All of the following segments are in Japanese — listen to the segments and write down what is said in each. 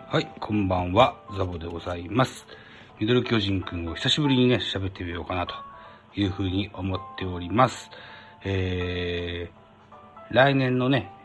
はい、こんばんは、ザボでございます。ミドル巨人くんを久しぶりにね、喋ってみようかなというふうに思っております。来年のね、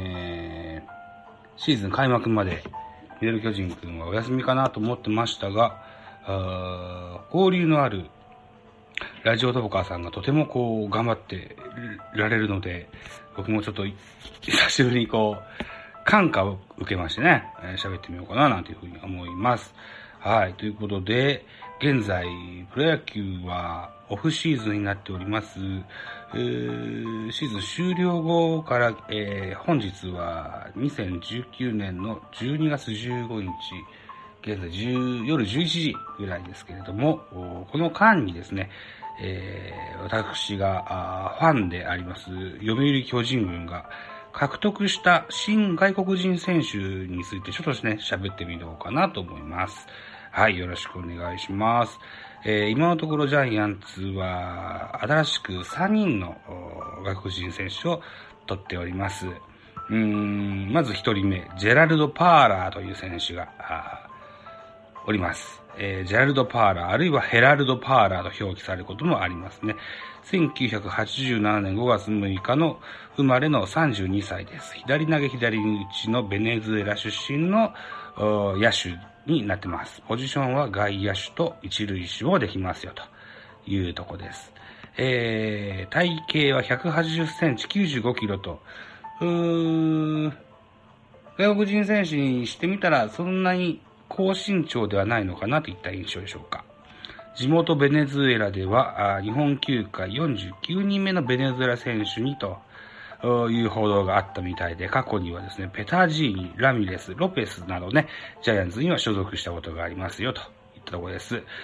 シーズン開幕までミドル巨人くんはお休みかなと思ってましたが、交流のあるラジオトーカーさんがとても頑張ってられるので、僕もちょっと久しぶりに感化を受けましてね、喋ってみようかななんていうふうに思います。はい。ということで、現在、プロ野球はオフシーズンになっております。シーズン終了後から、本日は2019年の12月15日、現在夜11時ぐらいですけれども、この間にですね、私がファンであります読売巨人軍が獲得した新外国人選手についてちょっとですね、喋ってみようかなと思います。はい、よろしくお願いします。今のところジャイアンツは新しく3人の外国人選手を取っております。まず1人目、ジェラルド・パーラーという選手がおります。ジェラルド・パーラー、あるいはヘラルド・パーラーと表記されることもありますね。1987年5月6日の生まれの32歳です。左投げ左打ちのベネズエラ出身の野手になってます。ポジションは外野手と一塁手もできますよというとこです。体型は180センチ95キロと、外国人選手にしてみたらそんなに高身長ではないのかなといった印象でしょうか。地元ベネズエラでは日本球界49人目のベネズエラ選手にという報道があったみたいで、過去にはですね、ペタジーニ、ラミレス、ロペスなどね、ジャイアンツには所属したことがありますよといったところです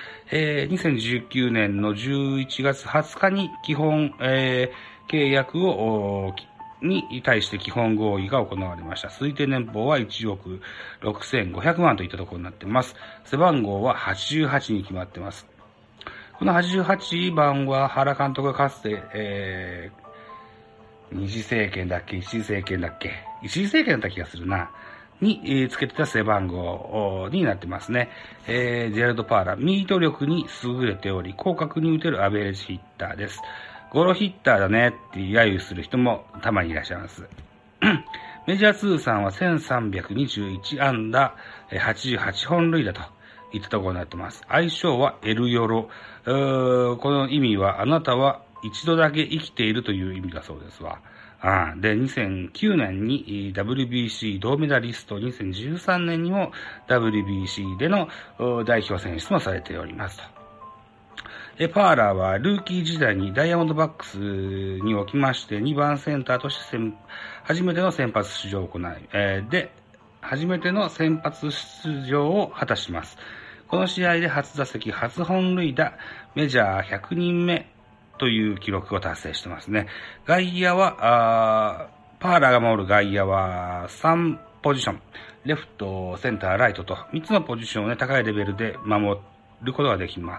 。2019年の11月20日に基本、契約に対して基本合意が行われました。推定年俸は1億6500万といったところになっています。背番号は88に決まっています。この88番は原監督がかつて、二次政権だっけ一次政権だっけ一次政権だった気がするな。に、つけてた背番号になってますね。ジェラルド・パーラー、ミート力に優れており、広角に打てるアベレージヒッターです。ゴロヒッターだねって揶揄する人もたまにいらっしゃいます。メジャー通算は1321安打、88本塁打といったところになってます。愛称はエルヨロ。この意味はあなたは一度だけ生きているという意味だそうですわ。で、2009年に WBC 銅メダリスト、2013年にも WBC での代表選出もされておりますと。パーラーはルーキー時代にダイヤモンドバックスにおきまして2番センターとして初めての先発出場を行い、初めての先発出場を果たします。この試合で初打席、初本塁打、メジャー100人目という記録を達成してますね。外野は、パーラーが守る外野は3ポジション。レフト、センター、ライトと3つのポジションをね、高いレベルで守ることができます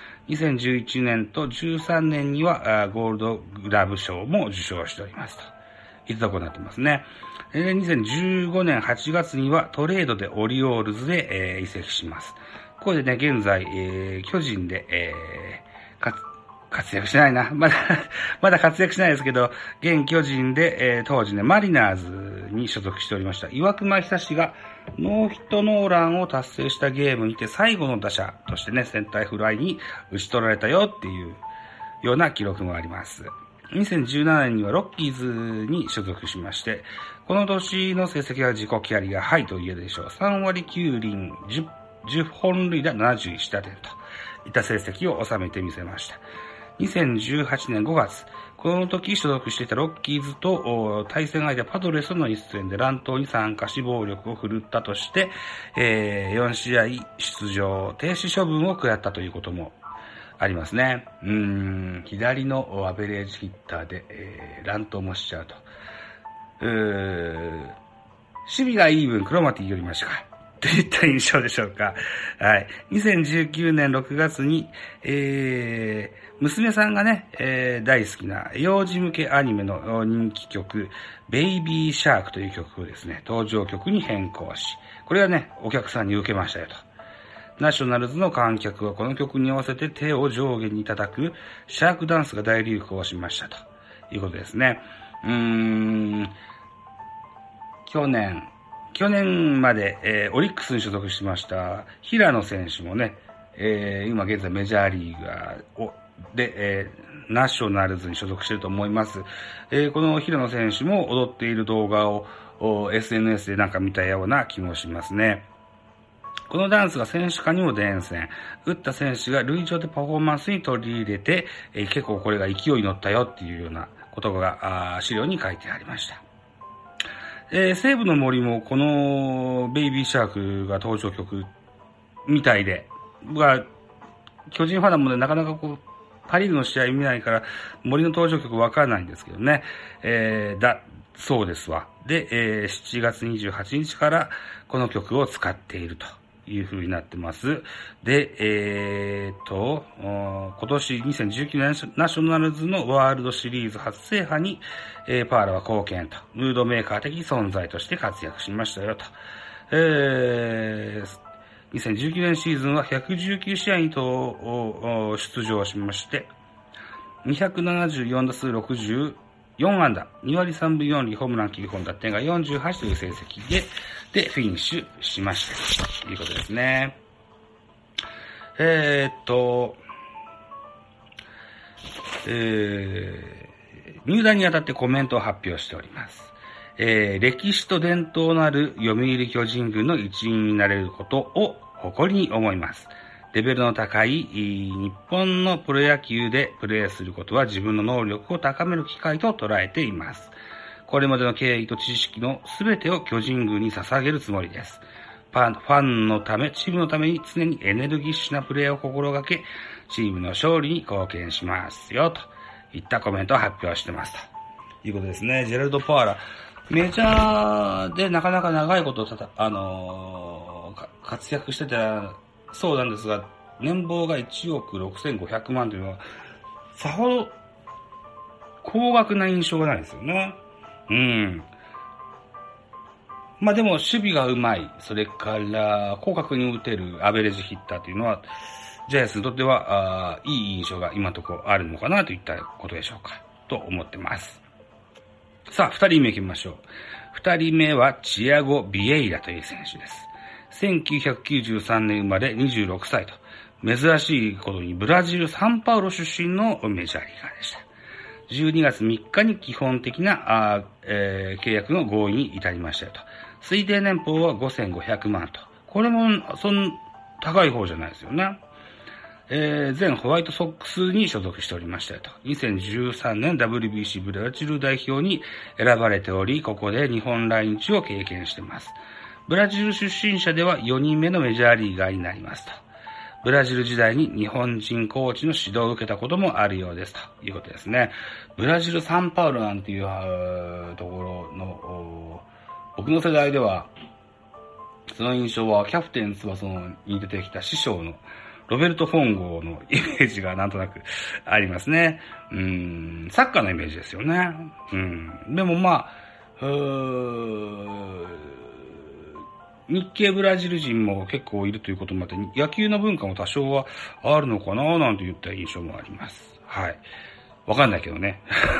。2011年と13年にはゴールドグラブ賞も受賞しておりますといったところになってますね。2015年8月にはトレードでオリオールズで、移籍します。ここでね、現在、巨人で、活躍しないな。まだ活躍しないですけど、現巨人で、当時ね、マリナーズに所属しておりました。岩隈久志がノーヒットノーランを達成したゲームにて最後の打者としてね、センターフライに打ち取られたよっていうような記録もあります。2017年にはロッキーズに所属しまして、この年の成績は自己キャリアハイと言えるでしょう。3割9厘、10本塁打71打点といった成績を収めてみせました。2018年5月、この時所属していたロッキーズと対戦相手パドレスの一戦で乱闘に参加し暴力を振るったとして、4試合出場停止処分を食らったということもありますね。左のアベレージヒッターで、乱闘もしちゃうと。守備がいい分クロマティよりましか。 といった印象でしょうか。はい。2019年6月に、娘さんがね、大好きな幼児向けアニメの人気曲、ベイビーシャークという曲をですね、登場曲に変更し、これはね、お客さんに受けましたよと。ナショナルズの観客はこの曲に合わせて手を上下に叩くシャークダンスが大流行しましたということですね。去年まで、オリックスに所属しました平野選手もね、今現在メジャーリーガーで、ナショナルズに所属していると思います。この平野選手も踊っている動画を SNS でなんか見たような気もしますね。このダンスが選手間にも伝染。打った選手が塁上でパフォーマンスに取り入れて、結構これが勢いに乗ったよっていうようなことが資料に書いてありました。西武の森もこのベイビーシャークが登場曲みたいで、僕は巨人ファンなものでなかなかこうパリーグの試合見ないから森の登場曲わからないんですけどね。そうですわ。で、7月28日からこの曲を使っているという風になってます。で、今年2019年ナショナルズのワールドシリーズ初制覇に、パーラは貢献と、ムードメーカー的存在として活躍しましたよと。2019年シーズンは119試合に出場しまして、274打数64安打、2割3分4厘、ホームラン9本、打点が48という成績でフィニッシュしましたということですね。入団にあたってコメントを発表しております。歴史と伝統のある読売巨人軍の一員になれることを誇りに思います。レベルの高い日本のプロ野球でプレーすることは自分の能力を高める機会と捉えています。これまでの経緯と知識のすべてを巨人軍に捧げるつもりです。ファンのため、チームのために常にエネルギッシュなプレーを心がけ、チームの勝利に貢献しますよ、といったコメントを発表してますということですね。ジェラルド・パワーラ、メジャーでなかなか長いこと活躍してたそうなんですが、年俸が1億6500万というのは、さほど高額な印象がないですよね。まあでも守備がうまい、それから広角に打てるアベレージヒッターというのは、ジャイアンツにとってはいい印象が今のところあるのかなといったことでしょうか、と思ってます。さあ、二人目行きましょう。二人目はチアゴ・ビエイラという選手です。1993年生まれ26歳と、珍しいことにブラジル・サンパウロ出身のメジャーリーガーでした。12月3日に基本的な契約の合意に至りましたよと。推定年俸は5500万と。これも高い方じゃないですよね。前ホワイトソックスに所属しておりましたよと。2013年 WBC ブラジル代表に選ばれており、ここで日本来日を経験しています。ブラジル出身者では4人目のメジャーリーガーになりますと。ブラジル時代に日本人コーチの指導を受けたこともあるようですということですね。ブラジル・サンパウロなんていうところの僕の世代ではその印象はキャプテン翼に出てきた師匠のロベルト・フォンゴのイメージがなんとなくありますね。サッカーのイメージですよね。でもまあ、日系ブラジル人も結構いるということもあって、野球の文化も多少はあるのかななんて言った印象もあります。はい。わかんないけどね。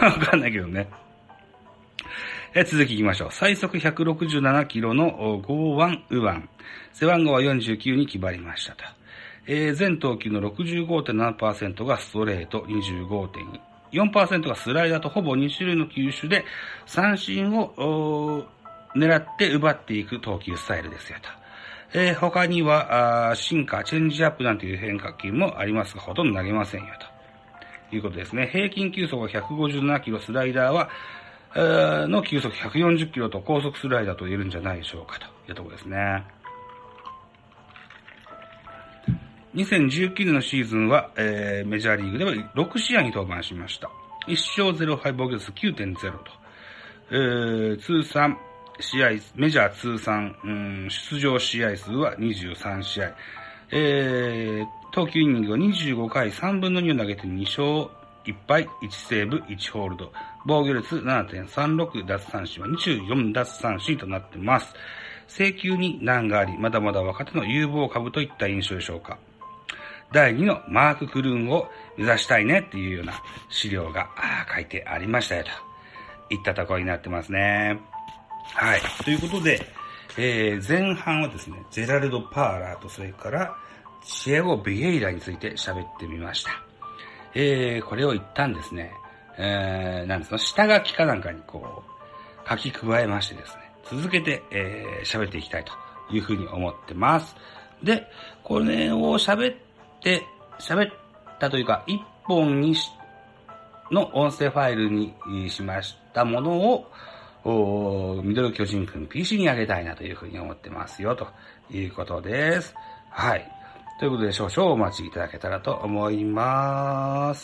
続き行きましょう。最速167キロのゴーワン・ウワン。背番号は49に決まりましたと。全投球の 65.7% がストレート、25.4% がスライダーとほぼ2種類の球種で三振を狙って奪っていく投球スタイルですよと。他にはシンカー、チェンジアップなんていう変化球もありますが、ほとんど投げませんよということですね。平均球速が157キロ、スライダーはの球速140キロと高速スライダーと言えるんじゃないでしょうかというところですね。2019年のシーズンは、メジャーリーグでは6試合に登板しました。1勝0敗防御率 9.0 と、通算メジャー通算、出場試合数は23試合。投球イニングは25回3分の2を投げて2勝1敗、1セーブ、1ホールド。防御率 7.36、奪三振は24奪三振となっています。制球に難があり、まだまだ若手の有望株といった印象でしょうか。第2のマーク・クルーンを目指したいねっていうような資料が書いてありましたよといったところになってますね。はい。ということで、前半はですね、ジェラルド・パーラーとそれからチエゴ・ビエイラについて喋ってみました。これを一旦ですね、なんですか、下書きかなんかにこう、書き加えましてですね、続けて、喋っていきたいというふうに思ってます。で、これを喋ったというか、一本の音声ファイルにしましたものを、ミドル巨人くん PC に上げたいなというふうに思ってますよ、ということです。はい。ということで、少々お待ちいただけたらと思います。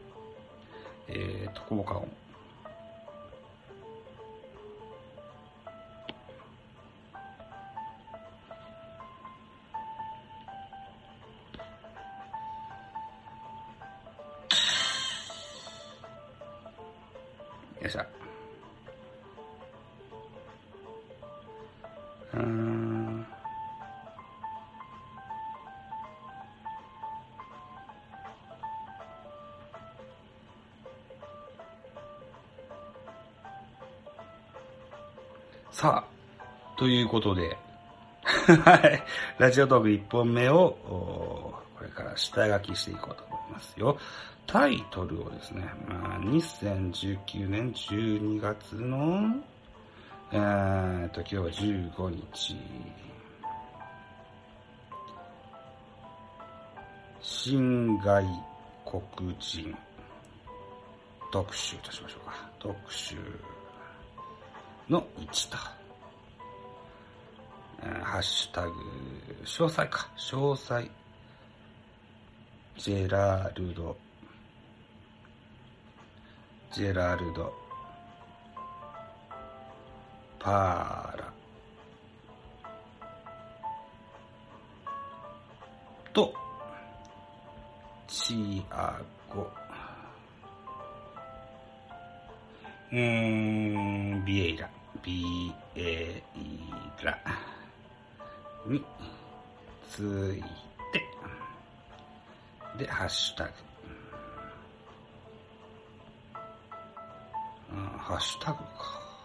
効果音。よいしょ。さあ、ということで、はい、ラジオトーク1本目を、これから下書きしていこうと思いますよ。タイトルをですね、2019年12月の、今日は15日、新外国人特集としましょうか。特集の1と、ハッシュタグ、詳細、ジェラルド、パーラと、チアゴ、ビエイラについて、で、ハッシュタグ。ハッシュタグか。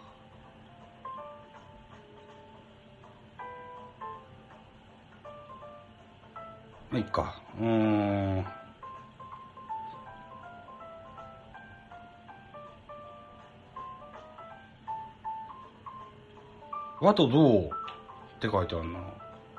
まあ、いいか。あとどうって書いてあるな。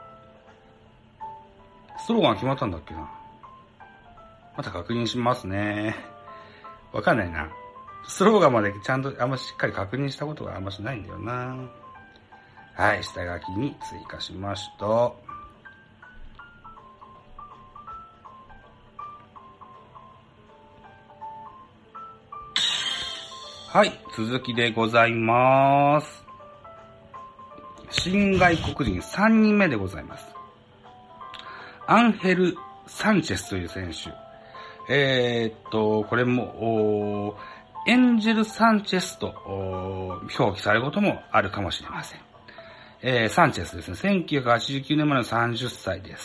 スローガン決まったんだっけな。また確認しますね。わかんないな。スローガンまでちゃんとあんましっかり確認したことがあんましないんだよな。はい、下書きに追加しました。はい、続きでございます。新外国人3人目でございます。アンヘル・サンチェスという選手。これも、エンジェル・サンチェスと表記されることもあるかもしれません。サンチェスですね。1989年までの30歳です。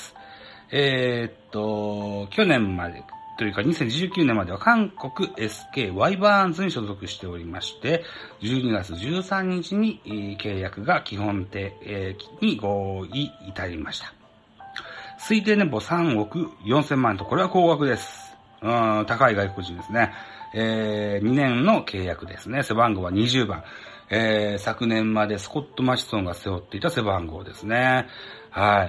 去年までというか2019年までは韓国 SK ワイバーンズに所属しておりまして、12月13日に契約が基本的に合意至りました。推定年俸3億4000万円と、これは高額です。高い外国人ですね。2年の契約ですね。背番号は20番。昨年までスコット・マシソンが背負っていた背番号ですね。はい。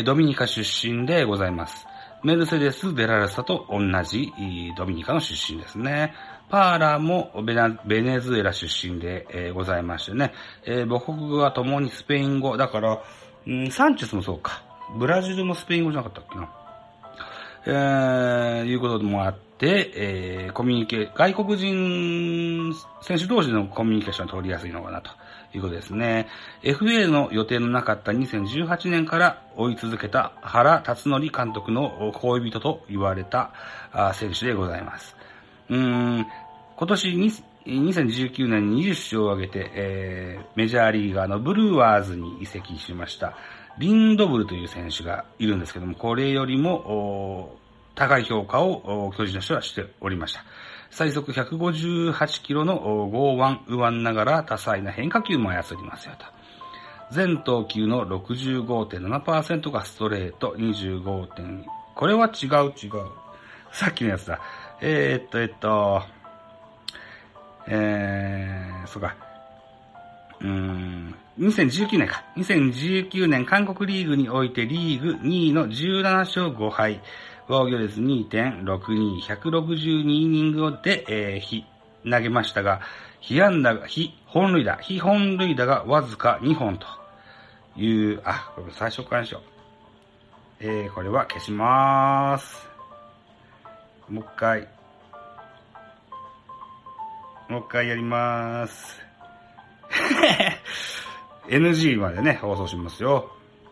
ドミニカ出身でございます。メルセデス・ベラルサと同じドミニカの出身ですね。パーラーもベネズエラ出身で、ございましてね。母国語は共にスペイン語。だから、サンチェスもそうか。ブラジルもスペイン語じゃなかったっけな。いうこともあって、外国人選手同士のコミュニケーションを取りやすいのかなということですね。FA の予定のなかった2018年から追い続けた原辰徳監督の恋人と言われた選手でございます。今年2019年に20勝を挙げて、メジャーリーガーのブルワーズに移籍しましたリンドブルという選手がいるんですけども、これよりも高い評価を巨人の人はしておりました。最速158キロの剛腕右腕ながら多彩な変化球も操りますよと。全投球の 65.7% がストレート、25. これは違う。さっきのやつだ。そうか。2019年か。2019年韓国リーグにおいてリーグ2位の17勝5敗。防御率 2.62、162イニングで、投げましたが、被本塁打がわずか2本という、これ最初からにしよう。これは消しまーす。もう一回やりまーす。NG までね、放送しますよ。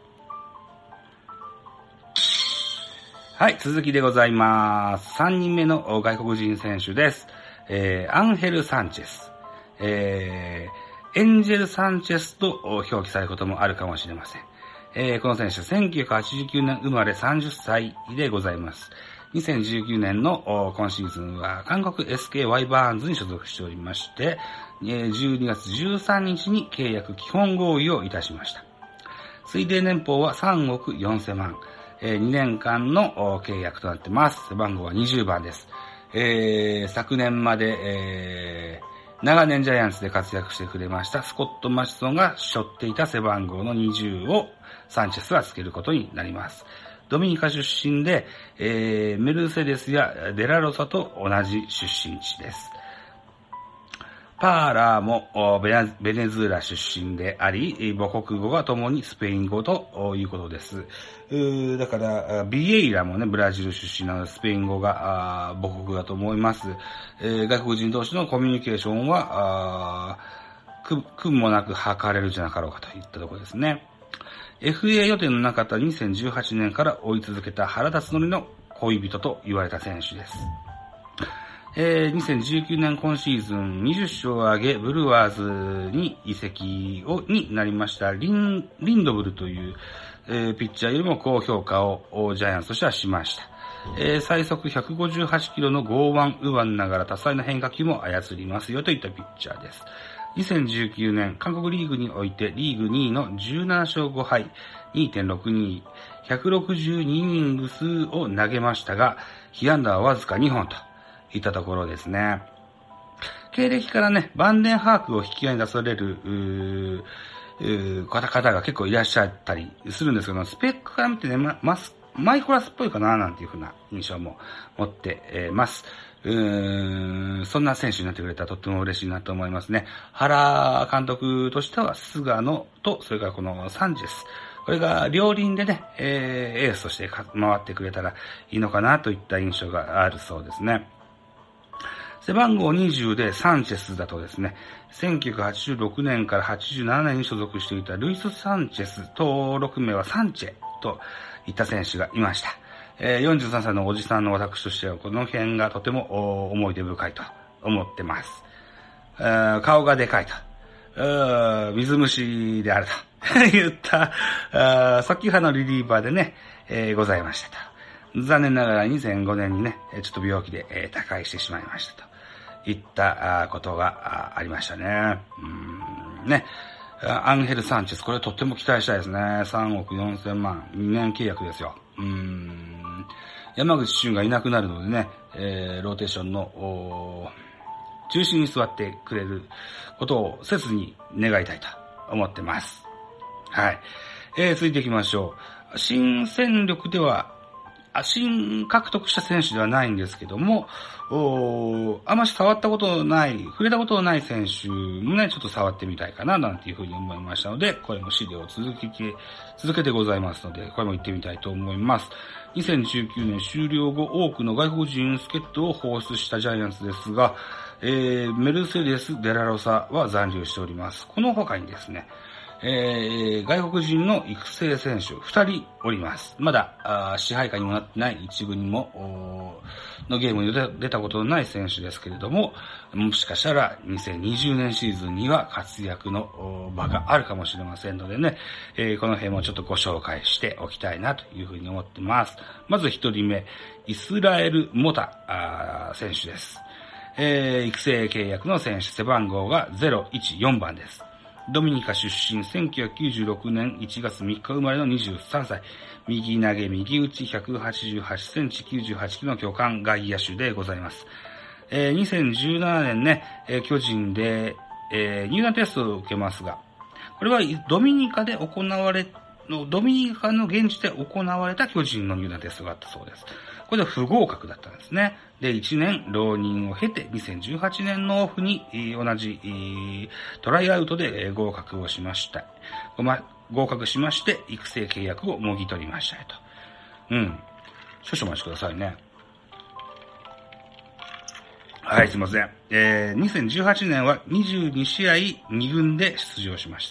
はい、続きでございます。3人目の外国人選手です。アンヘル・サンチェス。エンジェル・サンチェスと表記されることもあるかもしれません。この選手、1989年生まれ30歳でございます。2019年の今シーズンは韓国 SKY バーンズに所属しておりまして、12月13日に契約基本合意をいたしました。推定年俸は3億4000万。2年間の契約となってます。背番号は20番です。昨年まで、長年ジャイアンツで活躍してくれましたスコット・マシソンが背負っていた背番号の20をサンチェスはつけることになります。ドミニカ出身で、メルセデスやデラロサと同じ出身地です。パーラーもベネズエラ出身であり、母国語が共にスペイン語ということです。だから、ビエイラもね、ブラジル出身なので、スペイン語が母国語だと思います。外国人同士のコミュニケーションは、苦もなく図れるんじゃなかろうかといったところですね。FA 予定のなかった2018年から追い続けた原辰徳の恋人と言われた選手です。2019年今シーズン20勝を挙げ、ブルワーズに移籍になりましたリンドブルという、ピッチャーよりも高評価をジャイアンツとしてはしました。最速158キロの剛腕右腕ながら多彩な変化球も操りますよといったピッチャーです。2019年韓国リーグにおいてリーグ2位の17勝5敗 2.62、162イニング数を投げましたが、被安打はわずか2本といったところですね。経歴からね、バンデンハークを引き合いに出される方が結構いらっしゃったりするんですけど、スペックから見てね、マイコラスっぽいかななんていう風な印象も持ってます。そんな選手になってくれたらとっても嬉しいなと思いますね。原監督としては菅野と、それからこのサンチェス。これが両輪でね、エースとして回ってくれたらいいのかなといった印象があるそうですね。背番号20でサンチェスだとですね、1986年から87年に所属していたルイス・サンチェス、登録名はサンチェといった選手がいました。43歳のおじさんの私としてはこの辺がとても思い出深いと思ってます。顔がでかいと。水虫であると言った速球派のリリーバーでね、ございましたと。残念ながら2005年にね、ちょっと病気で他界してしまいましたといったことがありましたね。ね。アンヘル・サンチェス、これとっても期待したいですね。3億4000万、2年契約ですよ。山口俊がいなくなるのでね、ローテーションの中心に座ってくれることを切に願いたいと思ってます。はい。続いていきましょう。新戦力では新獲得した選手ではないんですけども、あまし触ったことのない、触れたことのない選手もね、ちょっと触ってみたいかな、なんていうふうに思いましたので、これも資料を続けてございますので、これも行ってみたいと思います。2019年終了後、多くの外国人助っ人を放出したジャイアンツですが、メルセデス・デラロサは残留しております。この他にですね、外国人の育成選手2人おります。まだ支配下にもなってない一軍にものゲームに出たことのない選手ですけれども、もしかしたら2020年シーズンには活躍の場があるかもしれませんのでね、この辺もちょっとご紹介しておきたいなというふうに思ってます。まず1人目、イスラエル・モタ選手です。育成契約の選手、背番号が014番です。ドミニカ出身、1996年1月3日生まれの23歳。右投げ、右打ち、188センチ、98キロの巨漢外野手でございます。2017年ね、巨人で、入団テストを受けますが、これはドミニカの現地で行われた巨人の入団テストがあったそうです。これで不合格だったんですね。で、1年浪人を経て、2018年のオフに同じトライアウトで合格をしました。合格しまして、育成契約をもぎ取りましたよと。少々お待ちくださいね。はい、すいません。2018年は22試合2軍で出場しました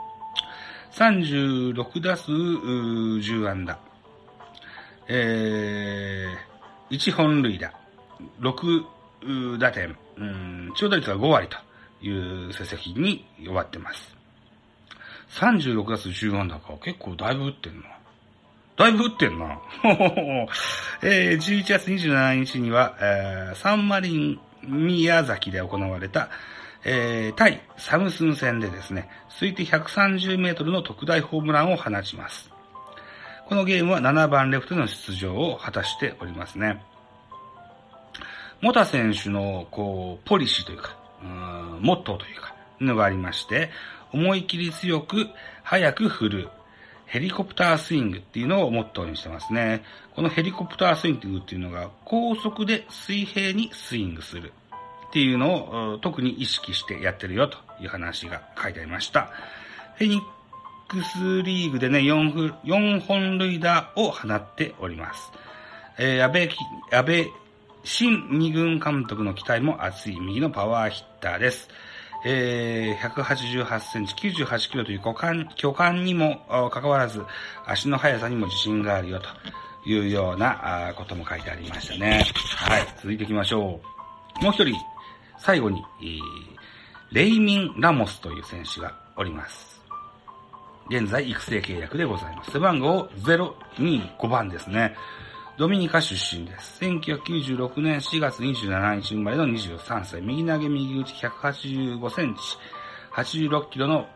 。36打数10安打。1本塁打。6打点。長打率は5割という成績に終わってます。36打数10安打か。結構だいぶ打ってんな。11月27日には、サンマリン宮崎で行われた、対サムスン戦でですね、推定130メートルの特大ホームランを放ちます。このゲームは7番レフトの出場を果たしておりますね。モタ選手の、ポリシーというか、モットーというか、のがありまして、思い切り強く、早く振る、ヘリコプタースイングっていうのをモットーにしてますね。このヘリコプタースイングっていうのが、高速で水平にスイングするっていうのを特に意識してやってるよという話が書いてありました。フェニックスリーグでね、4本塁打を放っております。安倍新二軍監督の期待も厚い右のパワーヒッターです。188センチ、98キロという巨漢にもかかわらず、足の速さにも自信があるよというようなことも書いてありましたね。はい、続いていきましょう。もう一人、最後に、レイミン・ラモスという選手がおります。現在育成契約でございます。背番号025番ですね。ドミニカ出身です。1996年4月27日生まれの23歳。右投げ右打ち185センチ。86キロの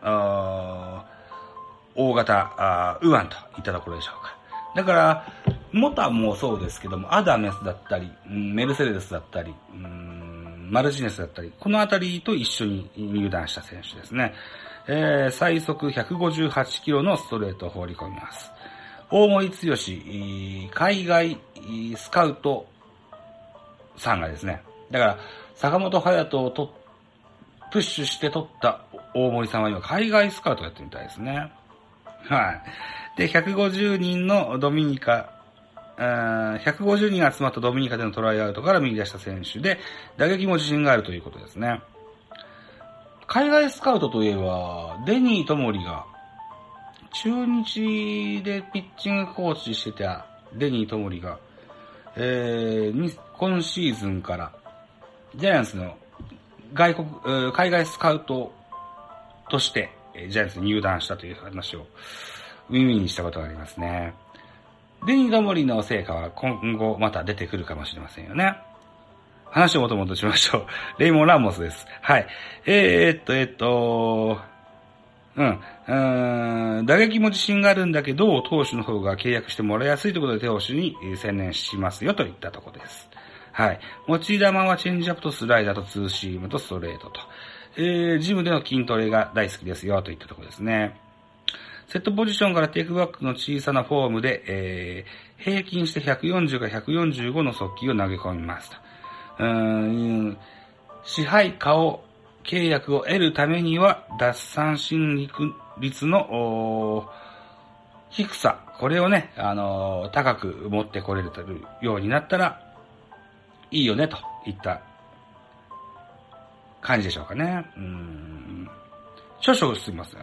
大型ウアンといったところでしょうか。だから、モタもそうですけども、アダメスだったり、メルセデスだったり、マルチネスだったり、このあたりと一緒に入団した選手ですね。最速158キロのストレートを放り込みます。大森剛、海外スカウトさんがですね、だから坂本勇人をプッシュして取った大森さんは今海外スカウトやってみたいですね。はい。で、150人のドミニカ、150人集まったドミニカでのトライアウトから見出した選手で、打撃も自信があるということですね。海外スカウトといえば、デニー・トモリが、中日でピッチングコーチしてたデニー・トモリが、今シーズンからジャイアンツの海外スカウトとしてジャイアンツに入団したという話を耳にしたことがありますね。デニー・トモリの成果は今後また出てくるかもしれませんよね。話をもともとしましょう。レイモン・ラモスです。はい。打撃も自信があるんだけど、投手の方が契約してもらいやすいということで投手に専念しますよといったところです。はい。持ち球はチェンジアップとスライダーとツーシームとストレートと。ジムでの筋トレが大好きですよといったところですね。 セットポジションからテイクバックの小さなフォームで、平均して140か145の速球を投げ込みますと。支配下を契約を得るためには、奪三振率の低さ、これをね、高く持ってこれるようになったらいいよねといった感じでしょうかね。少々すみません。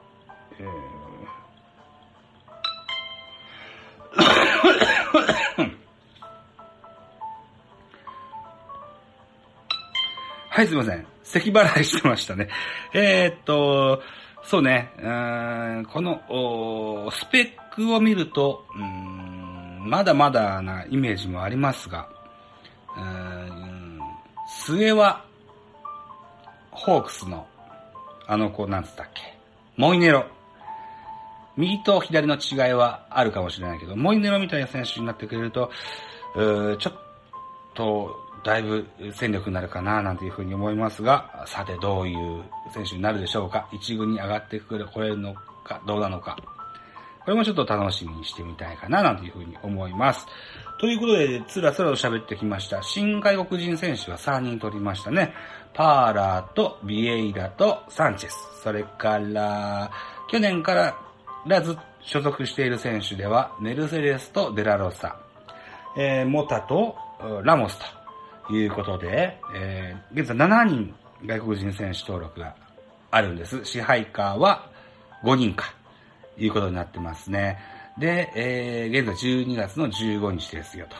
はい、すみません。咳払いしてましたね。そうね、このスペックを見ると、まだまだなイメージもありますが、末は、ホークスの、子、なんつったっけ、モイネロ。右と左の違いはあるかもしれないけど、モイネロみたいな選手になってくれると、ちょっと、だいぶ戦力になるかな、なんていうふうに思いますが、さてどういう選手になるでしょうか。一軍に上がってこれるのか、どうなのか。これもちょっと楽しみにしてみたいかな、なんていうふうに思います。ということで、つらつらと喋ってきました。新外国人選手は3人取りましたね。パーラーとビエイラとサンチェス。それから、去年からずっと所属している選手では、メルセデスとデラロサ、モタとラモスということで、現在7人外国人選手登録があるんです。支配下は5人か、いうことになってますね。で、現在12月の15日ですよと。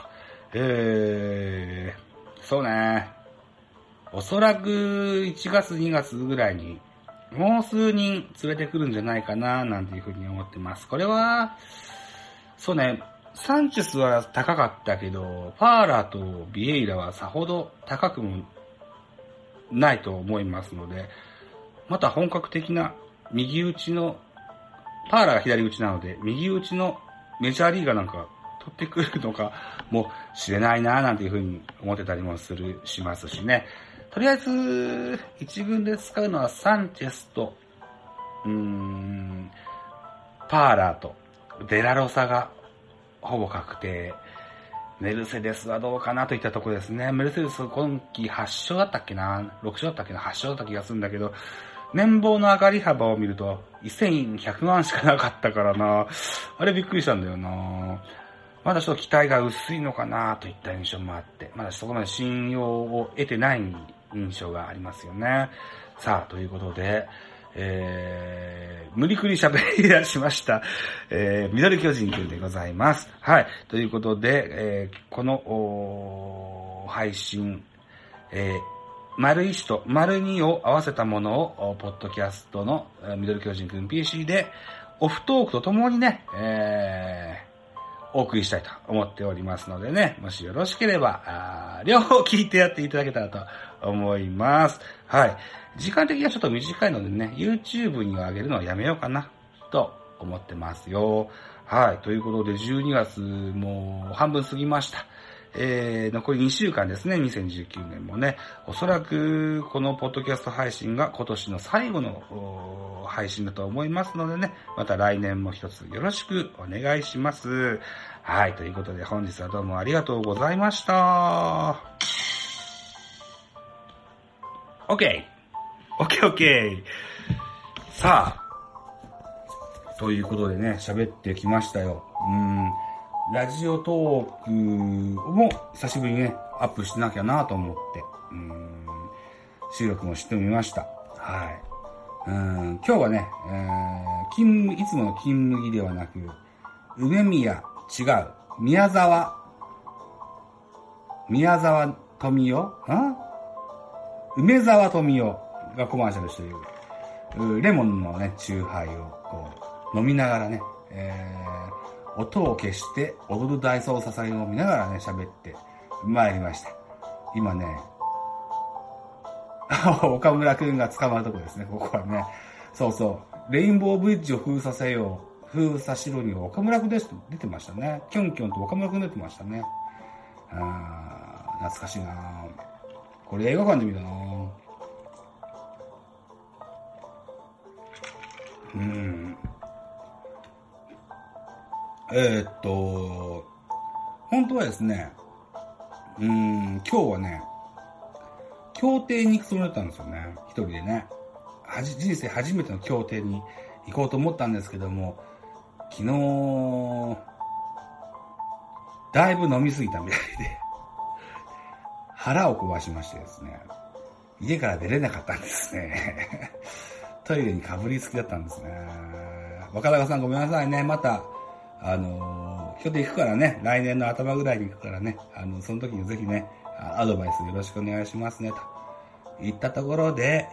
そうね。おそらく1月2月ぐらいにもう数人連れてくるんじゃないかな、なんていうふうに思ってます。これは、そうね、サンチェスは高かったけど、パーラーとビエイラはさほど高くもないと思いますので、また本格的な右打ちの、パーラーが左打ちなので、右打ちのメジャーリーガーなんか取ってくるのかもしれないな、なんていうふうに思ってたりもしますしね。とりあえず、一軍で使うのはサンチェスと、パーラーと、デラロサがほぼ確定。メルセデスはどうかなといったところですね。メルセデス今季8勝だったっけな ?6 勝だったっけな ?8 勝だった気がするんだけど、年俸の上がり幅を見ると1100万しかなかったからな。あれびっくりしたんだよな。まだちょっと期待が薄いのかなといった印象もあって、まだそこまで信用を得てない印象がありますよね。さあ、ということで、無理くり喋り出しました。ミドル巨人くんでございます。はい。ということで、この配信、丸1と丸2を合わせたものを、ポッドキャストのミドル巨人くん PC で、オフトークとともにね、お送りしたいと思っておりますのでね、もしよろしければ、両方聞いてやっていただけたらと思います。はい。時間的にはちょっと短いのでね、YouTube に上げるのはやめようかな、と思ってますよ。はい。ということで、12月もう半分過ぎました。残り2週間ですね、2019年もね。おそらく、このポッドキャスト配信が今年の最後の配信だと思いますのでね、また来年も一つよろしくお願いします。はい、ということで本日はどうもありがとうございました。OK。OK。さあ、ということでね、喋ってきましたよ。ラジオトークも久しぶりにね、アップしてなきゃなと思って、収録もしてみました。はい。今日はね、いつもの金麦ではなく、梅宮、違う、宮沢富代梅沢富代がコマーシャルしている、レモンのね、チューハイをこう、飲みながらね、音を消して踊る大捜査線を見ながらね、喋って参りました。今ね、岡村くんが捕まるとこですね、ここはね。そうそう。レインボーブリッジを封鎖せよ。封鎖しろに岡村くんです出てましたね。キョンキョンと岡村くん出てましたね。懐かしいなこれ映画館で見たな本当はですね、今日はね、競艇に行くつもりだったんですよね。一人でね。人生初めての競艇に行こうと思ったんですけども、昨日、だいぶ飲みすぎたみたいで、腹を壊しましてですね、家から出れなかったんですね。トイレにかぶりつきだったんですね。若高さんごめんなさいね。また、今日で行くからね、来年の頭ぐらいに行くからね、その時にぜひね、アドバイスよろしくお願いしますね、と言ったところで、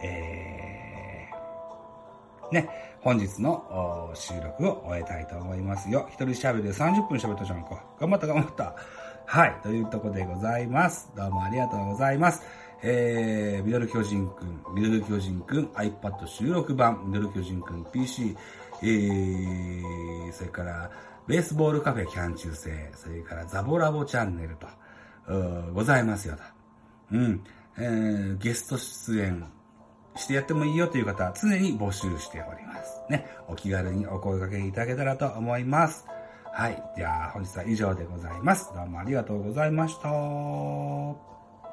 本日の収録を終えたいと思いますよ。一人喋りで30分喋ったじゃんか。頑張った。はい、というところでございます。どうもありがとうございます。ミドル巨人くん iPad 収録版、ミドル巨人くん PC、それから、ベースボールカフェキャン中世、それからザボラボチャンネルと、ございますよと。ゲスト出演してやってもいいよという方は常に募集しております。ね。お気軽にお声掛けいただけたらと思います。はい。じゃあ本日は以上でございます。どうもありがとうございました。